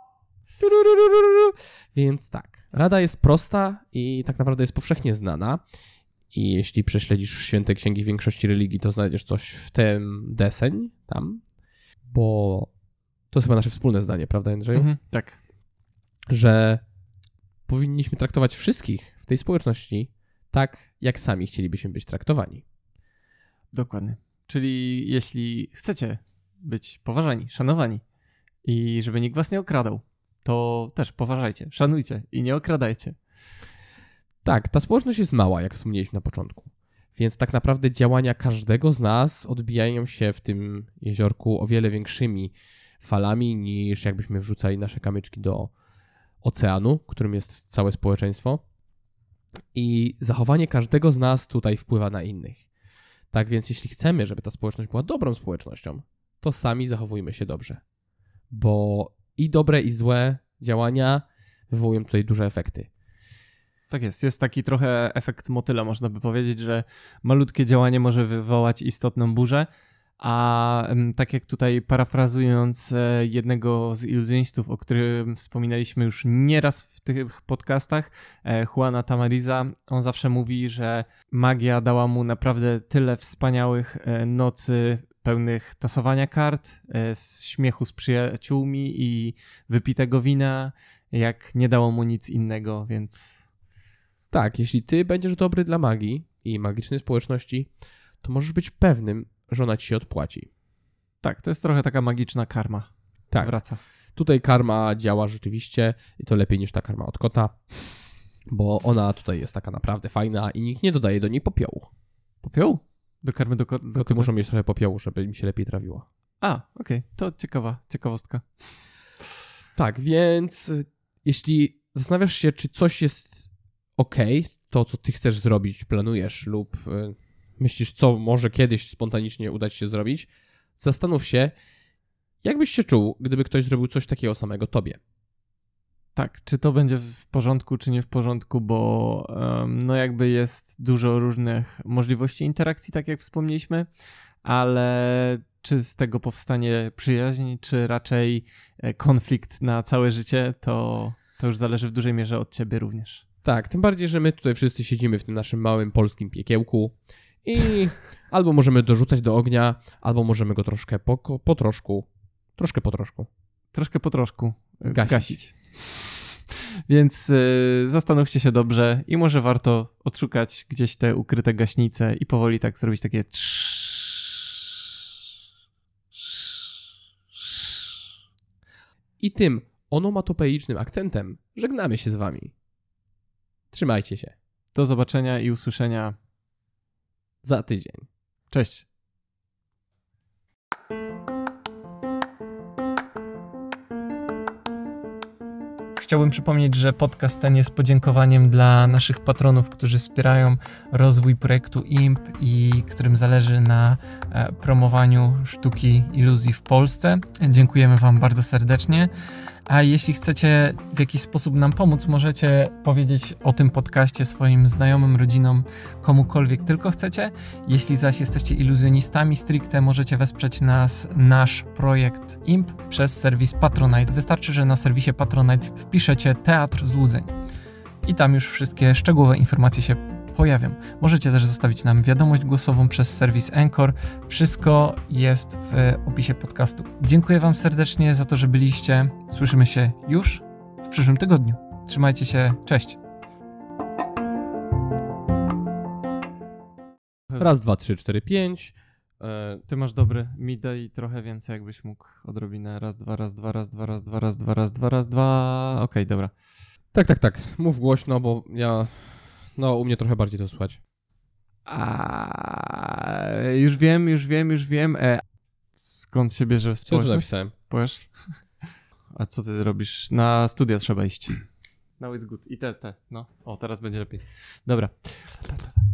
S1: Więc tak. Rada jest prosta i tak naprawdę jest powszechnie znana. I jeśli prześledzisz święte księgi większości religii, to znajdziesz coś w tym deseń tam. Bo to jest chyba nasze wspólne zdanie, prawda, Jędrzeju?
S2: Tak.
S1: Że powinniśmy traktować wszystkich w tej społeczności tak, jak sami chcielibyśmy być traktowani.
S2: Dokładnie. Czyli jeśli chcecie być poważani, szanowani i żeby nikt was nie okradał, to też poważajcie, szanujcie i nie okradajcie.
S1: Tak, ta społeczność jest mała, jak wspomnieliśmy na początku. Więc tak naprawdę działania każdego z nas odbijają się w tym jeziorku o wiele większymi falami niż jakbyśmy wrzucali nasze kamyczki do oceanu, którym jest całe społeczeństwo. I zachowanie każdego z nas tutaj wpływa na innych. Tak więc jeśli chcemy, żeby ta społeczność była dobrą społecznością, to sami zachowujmy się dobrze. Bo i dobre, i złe działania wywołują tutaj duże efekty.
S2: Tak jest. Jest taki trochę efekt motyla, można by powiedzieć, że malutkie działanie może wywołać istotną burzę, A tak jak tutaj parafrazując jednego z iluzjonistów, o którym wspominaliśmy już nieraz w tych podcastach, Juana Tamariza, on zawsze mówi, że magia dała mu naprawdę tyle wspaniałych nocy pełnych tasowania kart, śmiechu z przyjaciółmi i wypitego wina, jak nie dało mu nic innego, więc...
S1: Tak, jeśli ty będziesz dobry dla magii i magicznej społeczności, to możesz być pewnym, że ona ci się odpłaci.
S2: Tak, to jest trochę taka magiczna karma.
S1: Tak.
S2: Wraca.
S1: Tutaj karma działa rzeczywiście i to lepiej niż ta karma od kota, bo ona tutaj jest taka naprawdę fajna i nikt nie dodaje do niej popiołu.
S2: Popioł? Do karmy do
S1: Koty muszą mieć trochę popiołu, żeby im się lepiej trawiło.
S2: Okej. To ciekawostka.
S1: Tak, więc jeśli zastanawiasz się, czy coś jest okej, to co ty chcesz zrobić, planujesz lub myślisz, co może kiedyś spontanicznie udać się zrobić, zastanów się, jak byś się czuł, gdyby ktoś zrobił coś takiego samego tobie.
S2: Tak, czy to będzie w porządku, czy nie w porządku, bo no jakby jest dużo różnych możliwości interakcji, tak jak wspomnieliśmy, ale czy z tego powstanie przyjaźń, czy raczej konflikt na całe życie, to już zależy w dużej mierze od ciebie również.
S1: Tak, tym bardziej, że my tutaj wszyscy siedzimy w tym naszym małym polskim piekiełku i albo możemy dorzucać do ognia, albo możemy go troszkę po troszku
S2: Gasić. Więc zastanówcie się dobrze i może warto odszukać gdzieś te ukryte gaśnice i powoli tak zrobić takie
S1: I tym onomatopeicznym akcentem żegnamy się z wami. Trzymajcie się.
S2: Do zobaczenia i usłyszenia
S1: za tydzień.
S2: Cześć. Chciałbym przypomnieć, że podcast ten jest podziękowaniem dla naszych patronów, którzy wspierają rozwój projektu IMP i którym zależy na promowaniu sztuki iluzji w Polsce. Dziękujemy Wam bardzo serdecznie. A jeśli chcecie w jakiś sposób nam pomóc, możecie powiedzieć o tym podcaście swoim znajomym, rodzinom, komukolwiek tylko chcecie. Jeśli zaś jesteście iluzjonistami stricte, możecie wesprzeć nasz projekt IMP przez serwis Patronite. Wystarczy, że na serwisie Patronite wpiszecie Teatr Złudzeń i tam już wszystkie szczegółowe informacje się pojawią. Możecie też zostawić nam wiadomość głosową przez serwis Anchor. Wszystko jest w opisie podcastu. Dziękuję Wam serdecznie za to, że byliście. Słyszymy się już w przyszłym tygodniu. Trzymajcie się. Cześć.
S1: Raz, 2, 3, 4, 5.
S2: Ty masz dobry. Mi daj trochę więcej, jakbyś mógł odrobinę. Raz, dwa, raz, dwa, raz, dwa, raz, dwa, raz, dwa, raz, dwa, raz, dwa. Okej, dobra.
S1: Tak. Mów głośno, bo ja... No, u mnie trochę bardziej to słychać.
S2: Już wiem. Skąd się bierze społeczność?
S1: Co tu napisałem?
S2: Powiesz? A co ty robisz? Na studia trzeba iść. No it's good. I te. No. O, teraz będzie lepiej. Dobra.